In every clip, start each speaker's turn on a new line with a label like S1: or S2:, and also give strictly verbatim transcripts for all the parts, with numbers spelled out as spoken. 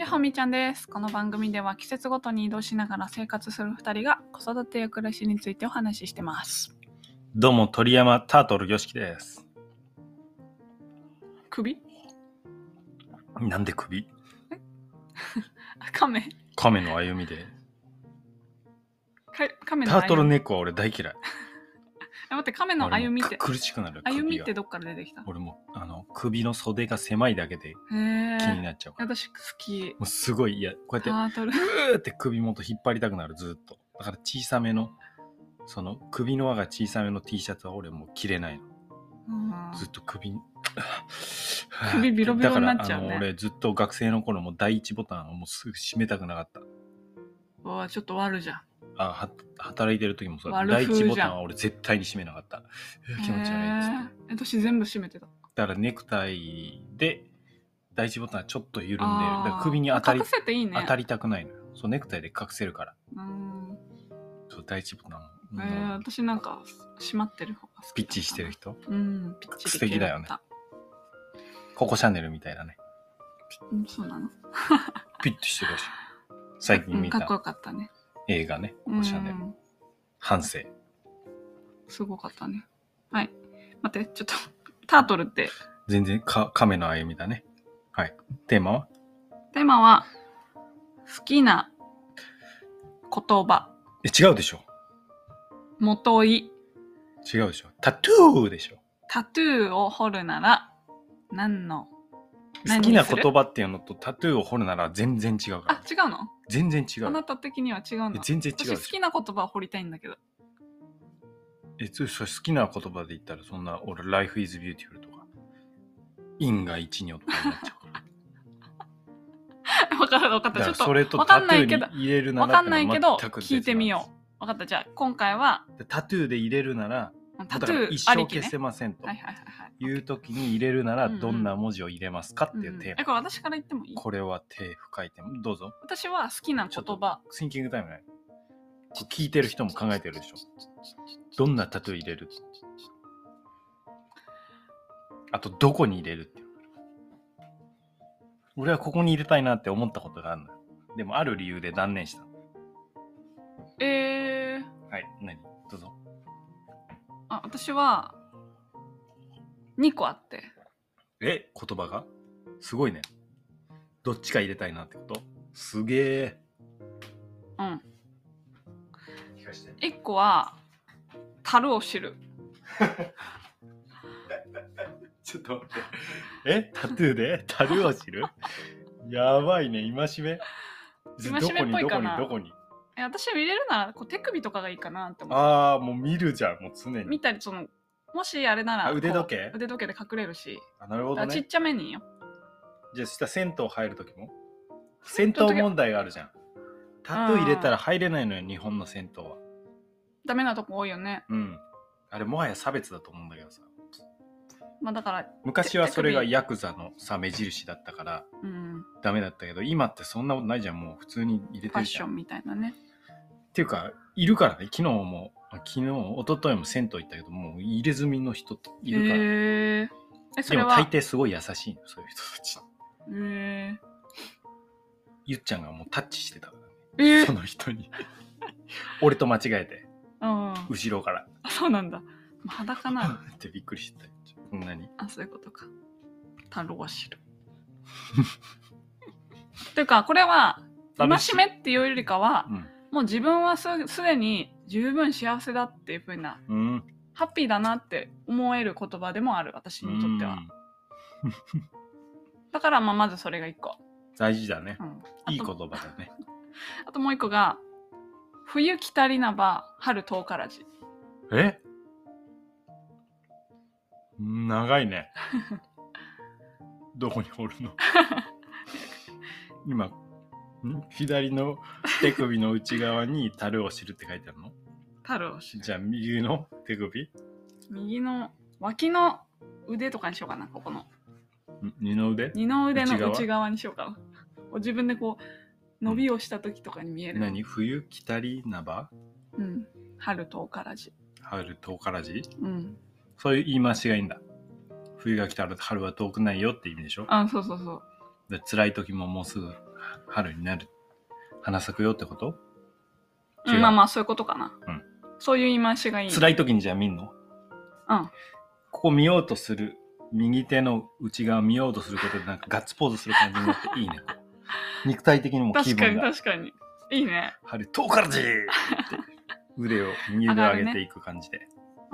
S1: ほみちゃんです。この番組では季節ごとに移動しながら生活するふたりが子育てや暮らしについてお話ししてます。
S2: どうも鳥山タートルよしきです。
S1: 首？
S2: なんで首？
S1: え亀？
S2: 亀の歩みで。
S1: 亀の歩み。
S2: タートルネックは俺大嫌い。
S1: え待って、亀の歩みって
S2: 苦しくなる。
S1: 歩みってどっから出てきた？
S2: 俺もあの首の袖が狭いだけで気になっちゃうから。
S1: 私好き。
S2: もうすごいいやこうやって
S1: タートル
S2: うーって首元引っ張りたくなるずっと。だから小さめのその首の輪が小さめの T シャツは俺もう着れないの。うん、ずっと首に
S1: 首ビロビロになっちゃうね。
S2: だからあの俺ずっと学生の頃も第一ボタンをもうすぐ閉めたくなかった。
S1: うわちょっと悪じゃん。
S2: あは働いてる時もそうだ。第一ボタンは俺絶対に閉めなかった。気持ち悪いっつって。
S1: え私全部閉めてた。
S2: だからネクタイで第一ボタンちょっと緩んで、だから首に当たり、
S1: 隠せていいね、
S2: 当たりたくないのよ。そうネクタイで隠せるから。
S1: うん。
S2: そう第一ボタン。
S1: えー、私なんか閉まってる方が好き。
S2: ピッチしてる人。
S1: うん、ピッチ
S2: 素敵だよね。ココシャネルみたいだね。
S1: うん、そうなの。
S2: ピッチしてるし。最近見た。
S1: かっこよかったね。
S2: 映画ね。ココシャネル。反省。
S1: すごかったね。はい。待って、ちょっと、タートルって。
S2: 全然か、亀の歩みだね。はい。テーマは
S1: テーマは、好きな言葉。
S2: え、違うでしょ。
S1: もとい。
S2: 違うでしょ。タトゥーでしょ。
S1: タトゥーを彫るなら、何の
S2: 好きな言葉っていうのとタトゥーを彫るなら全然違うから。
S1: あ、違うの？
S2: 全然違う。
S1: あなた的には違うの？
S2: 全然違う。
S1: 私好きな言葉を彫りたいんだけど。
S2: え、そ好きな言葉で言ったらそんな俺 Life is beautiful とか因が一行とかになっちゃうから。
S1: 分かった分かった。ちょっと
S2: それとタトゥーに入れるなら
S1: 分かんないけど聞いてみよう。分かった。じゃあ今回は
S2: タトゥーで入れるなら
S1: タトゥー
S2: 一生消せませんという時に入れるならどんな文字を入れますかっていうテーマ。
S1: えこれ私から言ってもいい？
S2: これは手深いテーマ。どうぞ。
S1: 私は好きな言葉。
S2: シンキングタイムね。聞いてる人も考えてるでしょ。どんなタトゥー入れる？あとどこに入れるっていう。俺はここに入れたいなって思ったことがあるの。でもある理由で断念した。
S1: えー。
S2: はい、何？どうぞ。
S1: あ、私はにこあって。
S2: え、言葉が？すごいね。どっちか入れたいなってこと？すげえ。
S1: うん。いっこは樽を知る。
S2: ちょっと待って。え、タトゥーで樽を知る？やばいね、今しめ。
S1: 今しめっぽいかな。
S2: どこにどこにどこに？
S1: え、私は入れるならこう手首とかがいいかなって思って。
S2: ああ、もう見るじゃん、もう常に。
S1: 見たりそのもしあれなら
S2: 腕時計？
S1: 腕時計で隠れるし。
S2: あ、なるほどね。
S1: ちっちゃめによ。
S2: じゃあ下銭湯入るときも銭湯問題があるじゃん。タトゥー入れたら入れないのよ、日本の銭湯は。
S1: ダメなとこ多いよね。
S2: うん。あれもはや差別だと思うんだけどさ。
S1: まあだから
S2: 昔はそれがヤクザのさ目印だったから、うん、ダメだったけど今ってそんなことないじゃん。もう普通に入れてるじゃん。
S1: ファッションみたいなね。
S2: っていうかいるからね。昨日も昨日一昨日も銭湯行ったけどもう入れ墨の人っているから。へ
S1: ーえそれは
S2: でも大抵すごい優しいのそういう人たち。
S1: へー
S2: ゆっちゃんがもうタッチしてたからね。
S1: えー、
S2: その人に俺と間違えて、
S1: うん、
S2: 後ろから
S1: あそうなんだ。裸なの
S2: ってびっくりした。何？
S1: あそういうことか。樽を知るっていうかこれは戒めっていうよりかは、うん、もう自分は す, すでに十分幸せだっていう風な、うん、ハッピーだなって思える言葉でもある私にとっては。だからまあまずそれが一個
S2: 大事だね、うん、いい言葉だね。
S1: あともう一個が冬来たりなば春遠からじ。
S2: え長いね。どこに掘るの？今左の手首の内側に樽を知るって書いてあるの？
S1: 樽を知る。
S2: じゃあ右の手首？
S1: 右の脇の腕とかにしようかな。ここの
S2: 二の腕？
S1: 二の腕の内側、内側にしようかな。自分でこう伸びをした時とかに見える。
S2: 何？冬来たりなば？
S1: うん。春遠からじ。
S2: 春遠からじ？
S1: うん。
S2: そういう言い回しがいいんだ。冬が来たら春は遠くないよって意味でしょ？
S1: あ、そうそうそう。
S2: で辛い時ももうすぐ春になる。花咲くよってこと？
S1: うん、まあまあそういうことかな。うん。そういう言い回しがいい、ね。
S2: 辛い時にじゃあ見んの？
S1: うん。
S2: ここ見ようとする、右手の内側見ようとすることでなんかガッツポーズする感じになっていいね。肉体的にも気分が。
S1: 確かに確かに。いいね。
S2: 春、遠からじーって腕を、右腕を上げていく感じで。ね、うん。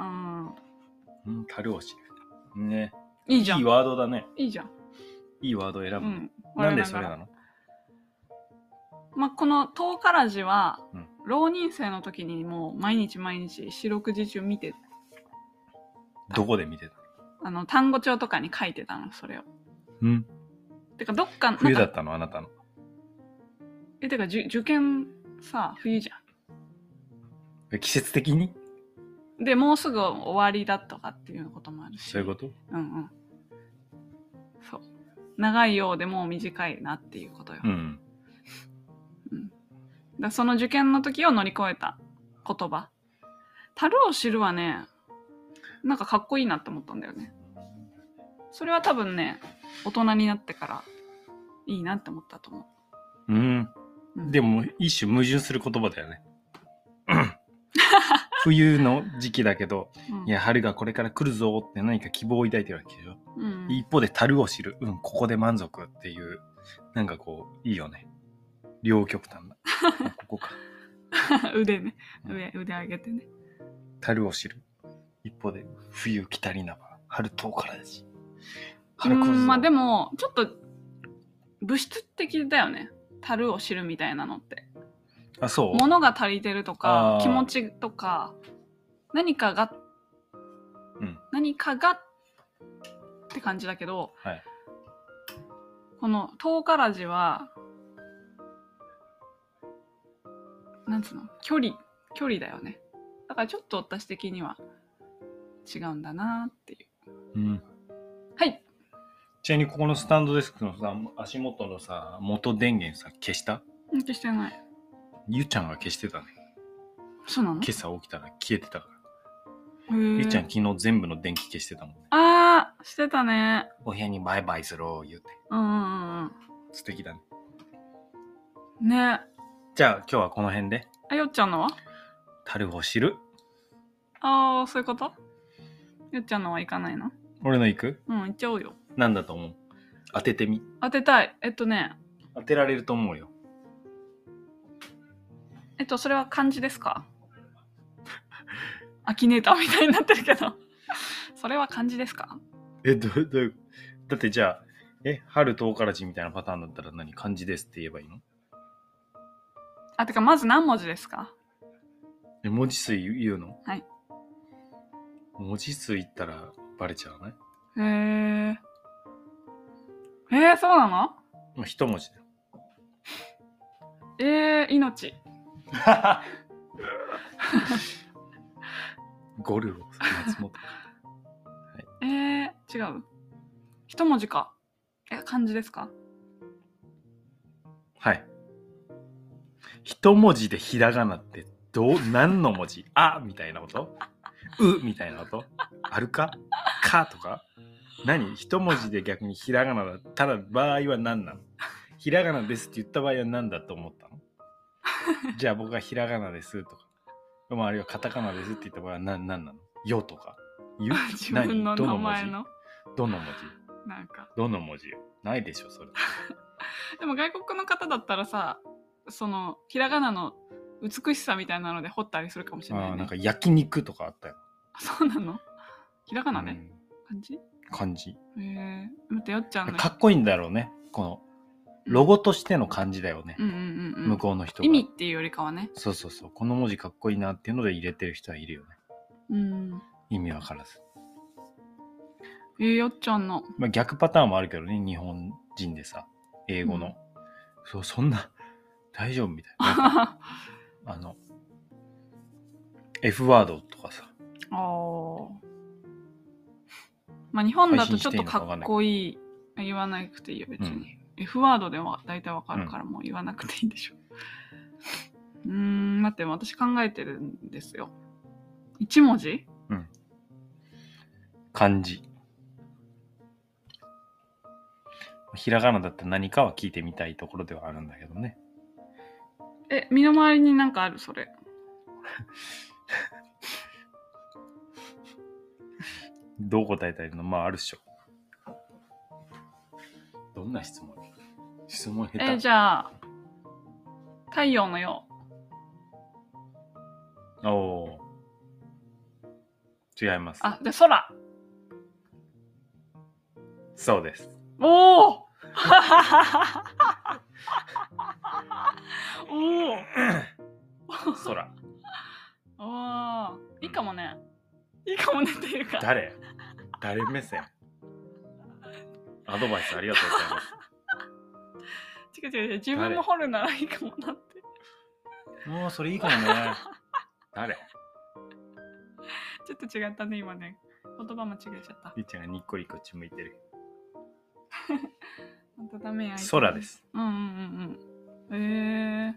S2: うん、樽を知る。ね。
S1: いいじゃん。
S2: いいワードだね。
S1: いいじゃん。
S2: いいワードを選ぶ、ね。うん、なんでそれなの？
S1: まあ、この遠からじは、うん、浪人生の時にもう毎日毎日四六時中見て
S2: た。どこで見てた？
S1: あの単語帳とかに書いてたの、それを。
S2: うん。
S1: てかどっか
S2: 冬だったの、あなたの。
S1: え、てかじゅ受験さ、冬じゃ
S2: ん。季節的に？
S1: でもうすぐ終わりだとかっていうこともあるし。
S2: そういうこと？
S1: うんうん。そう。長いようでも短いなっていうことよ。うん。うん、だその受験の時を乗り越えた言葉。樽を知るはね、なんかかっこいいなって思ったんだよね。それは多分ね、大人になってからいいなって思ったと思
S2: う。うん。うん、でも一種矛盾する言葉だよね。冬の時期だけど、うん、いや春がこれから来るぞって何か希望を抱いてるわけでしょ。うん、一方で樽を知る、うん、ここで満足っていう、なんかこういいよね。両極端だ。ここか。
S1: 腕ね、上、腕上げてね。
S2: 樽を知る。一方で冬来たりなば春遠からだし。
S1: 春来るぞ。うん、まあでもちょっと物質的だよね。樽を知るみたいなのって。
S2: あ、そう。
S1: 物が足りてるとか気持ちとか何かが、うん、何かがって感じだけど、はい、この遠からじはなんつうの、距離距離だよね。だからちょっと私的には違うんだなっていう。うん。はい。
S2: ちなみにここのスタンドデスクのさ、足元のさ、元電源さ、消した？
S1: 消してない。
S2: ゆうちゃんが消してたね。
S1: そうなの？
S2: 今朝起きたら消えてたから。ゆうちゃん昨日全部の電気消してたもんね。
S1: あー、してたね。
S2: お部屋にバイバイするを言うて。
S1: うんうんうん。
S2: 素敵だね。
S1: ね。
S2: じゃあ今日はこの辺で。
S1: あ、よっちゃんのは？
S2: 樽を知る。
S1: あー、そういうこと？よっちゃんのは行かないの？
S2: 俺の行く？
S1: うん、行っちゃおうよ。
S2: なんだと思う？当ててみ。
S1: 当てたい。えっとね。
S2: 当てられると思うよ。
S1: えっと、それは漢字ですか？アキネーターみたいになってるけど。それは漢字ですか？
S2: え、どう、どう、だってじゃあ、え、春遠からじみたいなパターンだったら何？漢字ですって言えばいいの？
S1: あ、てか、まず何文字ですか？
S2: え、文字数言うの？
S1: はい。
S2: 文字数言ったらバレちゃうね。
S1: へえ。えー、そうなの？
S2: まあ、一文字だよ。
S1: えー、命。
S2: ゴルゴ松本。はい、
S1: えー、違う。一文字か。え、漢字ですか？
S2: はい。一文字でひらがなってどう、何の文字？あみたいなこと？うみたいなこと？あるか？かとか？何？一文字で逆にひらがなだったら場合は何なの？ひらがなですって言った場合は何だと思ったの？じゃあ僕がひらがなですとか、あるいはカタカナですって言った場合は何なの？よとか言う？
S1: 自分の名前の
S2: どの文字？なんかどの文字よ？ないでしょそれ。
S1: でも外国の方だったらさ、そのひらがなの美しさみたいなので彫ったりするかもしれない、ね。
S2: あ、なんか焼肉とかあったよ。
S1: そうなの？ひらがなで、ね、漢字？
S2: 漢字。
S1: へえ。待ってよっちゃんの。
S2: かっこいいんだろうね。このロゴとしての漢字だよね。うんうんうんうん、向こうの人が。
S1: 意味っていうよりかはね。
S2: そうそうそう。この文字かっこいいなっていうので入れてる人はいるよね。うん。意味わからず。
S1: えー、よっちゃんの。
S2: まあ逆パターンもあるけどね。日本人でさ、英語の。うん、そう、そんな大丈夫みたいな。あの F ワードとかさ。ああ。
S1: まあ日本だとちょっとかっこいい。言わなくていいよ別に。うん、F ワードでは大体わかるからもう言わなくていいんでしょ。うーん、待って、私考えてるんですよ。一文字？うん。
S2: 漢字。 ひらがなだったら何かは聞いてみたいところではあるんだけどね。
S1: え、身の回りになんかあるそれ。
S2: どう答えたいの？まああるっしょ。どんな質問？質問下手。
S1: え、じゃあ太陽のよ
S2: う。おー。違います。
S1: あ、で空。
S2: そうです。
S1: おお。おお。
S2: 空。
S1: ああ、いいかもね。いいかもねっていうか。
S2: 誰？誰目線？アドバイスありがとうございます。
S1: 違う違う違う、自分も掘るならいいかもなって。
S2: もうそれいいかもね。誰？
S1: ちょっと違ったね今ね。言葉間違えちゃった。
S2: りっちゃんがにっこりこっち向いてる。
S1: 本当ダメや。
S2: 空です。
S1: うんうんうんうん。え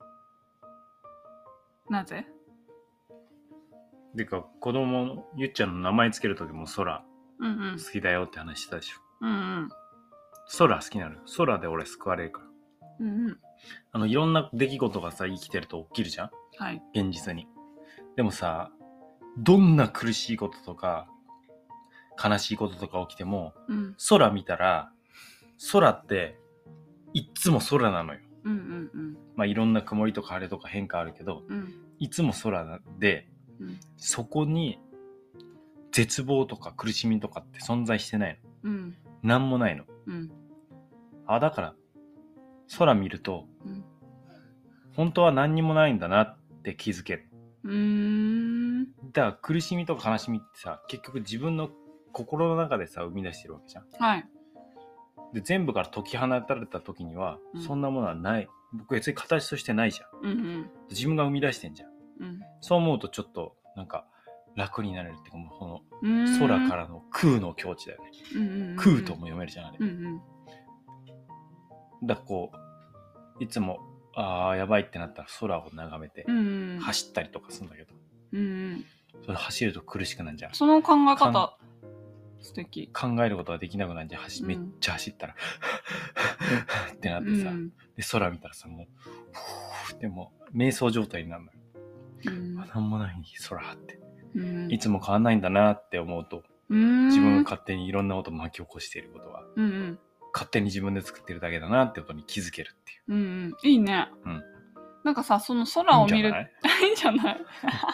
S1: ー、なぜ？
S2: でか子供のゆっちゃんの名前つけるときも空
S1: 好
S2: きだよって話したでしょ。
S1: うんうん。
S2: 空好きなのよ。空で俺救われるから。
S1: うんうん。
S2: あのいろんな出来事がさ生きてると起きるじゃん。
S1: はい。
S2: 現実に。でもさ、どんな苦しいこととか悲しいこととか起きても、
S1: うん、
S2: 空見たら空っていっつも空なのよ。
S1: うんうんうん。
S2: まあいろんな曇りとか晴れとか変化あるけど、
S1: うん、
S2: いつも空で、うん、そこに絶望とか苦しみとかって存在してないの。うん、なんもないの。うん、あ、だから空見ると、うん、本当は何にもないんだなって気づける。うーん。だから苦しみとか悲しみってさ、結局自分の心の中でさ生み出してるわけじゃん。はい。で全部から解き放たれた時には、うん、そんなものはない。僕別に形としてないじゃん。うんうん、自分が生み出してんじゃん。うん、そう思うとちょっとなんか楽になれるっていうか、もうこの空からの空の境地だよね。うんうんうん、空とも読めるじゃんあれ。うんうん、だからこういつもあーやばいってなったら空を眺めて走ったりとかするんだけど、うんうん、それ走ると苦しくなるじゃん。
S1: その考え方素敵。
S2: 考えることができなくなるじゃん。うん、めっちゃ走ったらってなってさ、うん、で空見たらさもうふーってもう瞑想状態になるのよ。うん、なんもない空って、うん、いつも変わんないんだなって思うと、うん、自分が勝手にいろんなことを巻き起こしていることは、うんうん、勝手に自分で作ってるだけだなってことに気づけるっていう。
S1: うんうん、いいね。うん、なんかさ、その空を見る、いいんじゃない？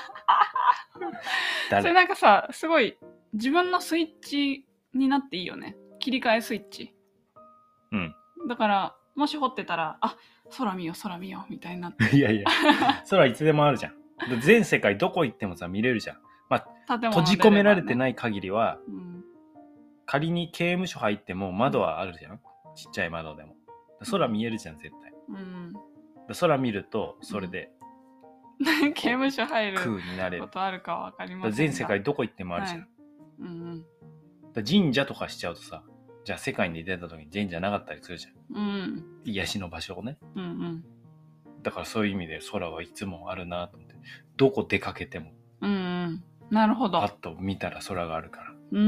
S1: それなんかさ、すごい自分のスイッチになっていいよね。切り替えスイッチ。うん。だからもし掘ってたら、あ、空見よう空見ようみたいになって。
S2: いやいや、空いつでもあるじゃん。全世界どこ行ってもさ見れるじゃん。まあ、ね、閉じ込められてない限りは、うん、仮に刑務所入っても窓はあるじゃん。ちっちゃい窓でも。空見えるじゃん絶対。うん、空見るとそれで、
S1: うん、刑務所入ることあるかわかりませんが、
S2: 全世界どこ行ってもあるじゃん。はい、うんうん、だ神社とかしちゃうとさ、じゃあ世界に出た時に神社なかったりするじゃん。うん、癒しの場所をね。うんうん、だからそういう意味で空はいつもあるなと思って、どこ出かけても。
S1: うんうん、なるほど。
S2: パッと見たら空があるから。
S1: うん、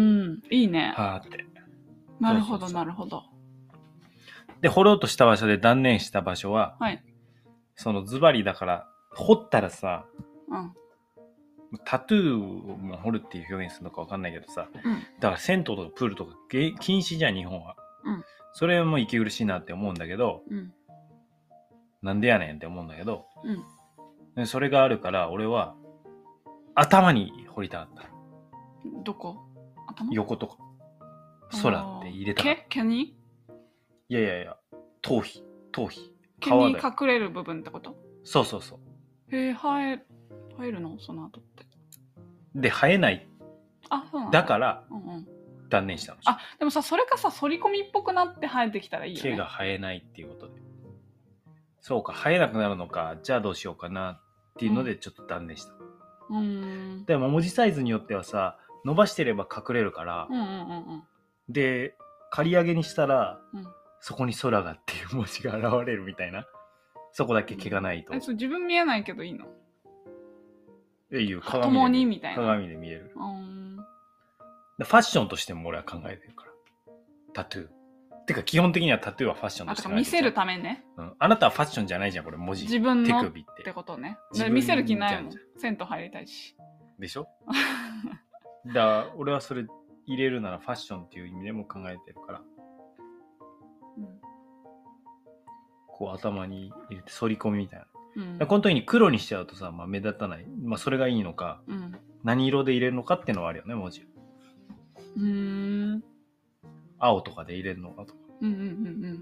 S1: いいね。
S2: はーって。
S1: なるほど、そうそうそう、なるほど。
S2: で、掘ろうとした場所で断念した場所は、はい、そのズバリだから、掘ったらさ、うん、タトゥーを掘るっていう表現するのか分かんないけどさ、うん、だから銭湯とかプールとか禁止じゃん日本は、うん、それも息苦しいなって思うんだけど、うん、なんでやねんって思うんだけど、うん、でそれがあるから俺は頭に掘りたかった。
S1: どこ？頭？
S2: 横とか空って入れたかった。
S1: 毛？毛に？
S2: いやいやいや、頭皮頭皮
S1: 毛に隠れる部分ってこと？
S2: そうそうそう。
S1: へえ、生え生えるのその後って。
S2: で生えない。
S1: あ、そうなん
S2: だ。だから、うんうん、断念したの。
S1: あ、でもさ、それかさ、反り込みっぽくなって生えてきたらいいよね。
S2: 毛が生えないっていうことで。そうか、生えなくなるのか、じゃあどうしようかなっていうのでちょっと断念した。うん。でも文字サイズによってはさ、伸ばしてれば隠れるから、うんうんうんうん、で刈り上げにしたら、うん、そこに空がっていう文字が現れるみたいな。そこだけ毛がないと。
S1: うん、え、そう自分見えないけどいいの？
S2: え、いう鏡で
S1: 共にみたいな。
S2: 鏡で見える。うん。ファッションとしても俺は考えてるから。タトゥー。 てか基本的にはタトゥーはファッションと
S1: あ、
S2: して
S1: とか見せるためね。
S2: うん。あなたはファッションじゃないじゃん、これ文字。
S1: 自分の
S2: 手首っ。
S1: っててことね。
S2: 自分
S1: 見せる気ないもん
S2: じゃん。
S1: 銭湯入りたいし。
S2: でしょだから俺はそれ入れるならファッションっていう意味でも考えてるから、
S1: うん、
S2: こう頭に入れて反り込みみたいな。
S1: うん、
S2: この時に黒にしちゃうとさ、まあ、目立たない。まあそれがいいのか、
S1: うん、
S2: 何色で入れるのかっていうのはあるよね、文字。
S1: うーん。
S2: 青とかで入れるのかとか。
S1: うんうんうんうん。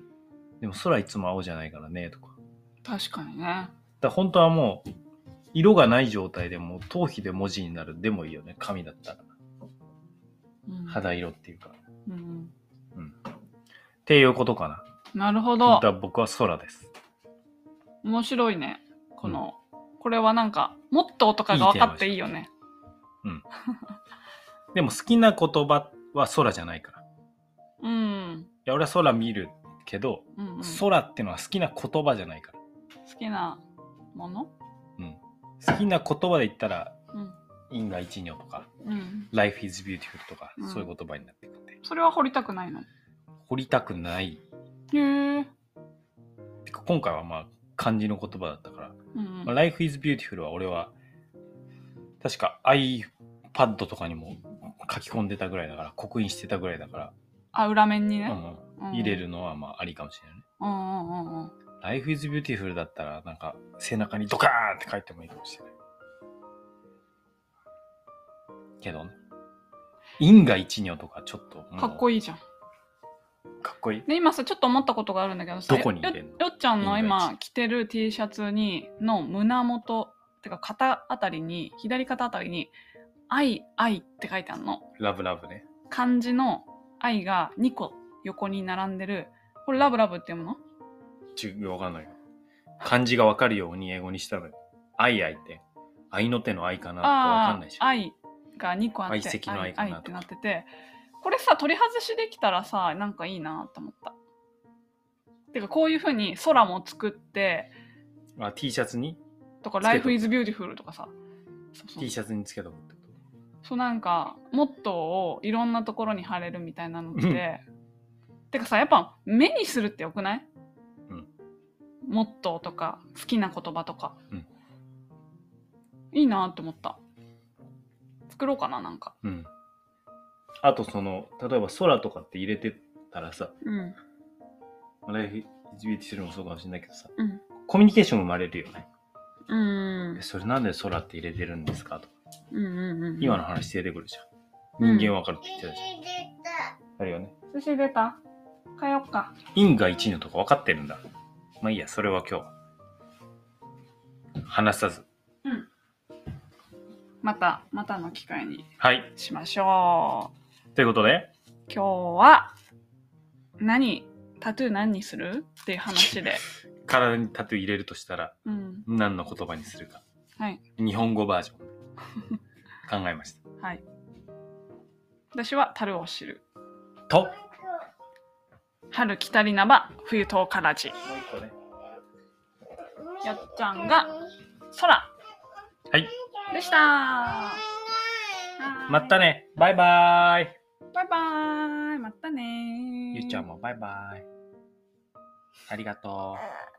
S2: でも空いつも青じゃないからねとか。
S1: 確かにね。
S2: だから本当はもう色がない状態でも頭皮で文字になるでもいいよね、紙だったら。
S1: うん、
S2: 肌色っていうか。
S1: うん、
S2: うん。っていうことかな。
S1: なるほど。
S2: だから僕は空です。
S1: 面白いね。この、うん、これはなんかモットーとかが分かっていいよね。
S2: うん。でも好きな言葉は空じゃないから。
S1: うん。
S2: いや俺は空見るけど、
S1: うんうん、
S2: 空ってのは好きな言葉じゃないから。
S1: 好きなもの？
S2: うん。好きな言葉で言ったら、
S1: うん、
S2: 因果一如とか、
S1: うん、
S2: Life is beautiful とか、
S1: うん、
S2: そういう言葉になってくるんで。
S1: それは掘りたくないの？
S2: 掘りたくない。
S1: へー。
S2: てか今回はまあ漢字の言葉だったから、
S1: うん
S2: まあ、Life is beautiful は俺は確か iPad とかにも書き込んでたぐらいだから、刻印してたぐらいだから、
S1: あ、裏面にね、
S2: うんうん、入れるのはまあありかもしれないね。
S1: うんうんうんうん。
S2: Life is beautiful だったらなんか背中にドカーンって書いてもいいかもしれないけどね。因果一如とかちょっと
S1: かっこいいじゃん。
S2: かっこいい。
S1: で今さちょっと思ったことがあるんだけどさ、
S2: どこに入れるの？
S1: よっちゃんの今着てる T シャツにの胸元てか肩あたりに、左肩あたりに愛愛って書いてあるの。
S2: ラブラブね。
S1: 漢字の愛がにこ横に並んでる。これラブラブって読むの？
S2: ちわかんないよ。漢字がわかるように英語にしたのよ。愛愛って愛の手の愛かなとかわかんないし。
S1: 愛がにこあって
S2: 愛石の愛かなとか。
S1: 愛ってなってて、これさ取り外しできたらさなんかいいなと思った。てかこういう風に空も作って、
S2: あ T シャツに
S1: とか Life is beautiful とかさ、
S2: そうそう T シャツにつけとくってこと？
S1: そうなんかモットーをいろんなところに貼れるみたいなのっててかさやっぱ目にするってよくない？うん、モットーとか好きな言葉とか、うん、いいなって思った。作ろうかななんか。
S2: うん。あとその例えば空とかって入れてたらさ、うん。ライフイズビューティフルもそうかもしれないけどさ、うん、コミュニケーション生まれるよね。うん。それなんで空って入れてるんですかとか。うんうんうんうん、今の話出てくるじゃん。人間わかるって言ってたじゃん。うん、あるよね。
S1: 寿司出た？帰よっか。
S2: 因果一如とか分かってるんだ。まあいいや、それは今日話さず。
S1: うん。またまたの機会にしましょう。
S2: はい、ということで
S1: 今日は何タトゥー何にするっていう話で
S2: 体にタトゥー入れるとしたら、うん、何の言葉にするか、
S1: はい、
S2: 日本語バージョン考えました。
S1: はい。私は樽を知る
S2: と
S1: 春来たりなば冬遠からじ。もう一個ね。やっちゃんが空。
S2: はい
S1: でした。
S2: またね。バイバーイ。
S1: バイバーイ。またね。
S2: ゆっちゃんもバイバイ。ありがとう。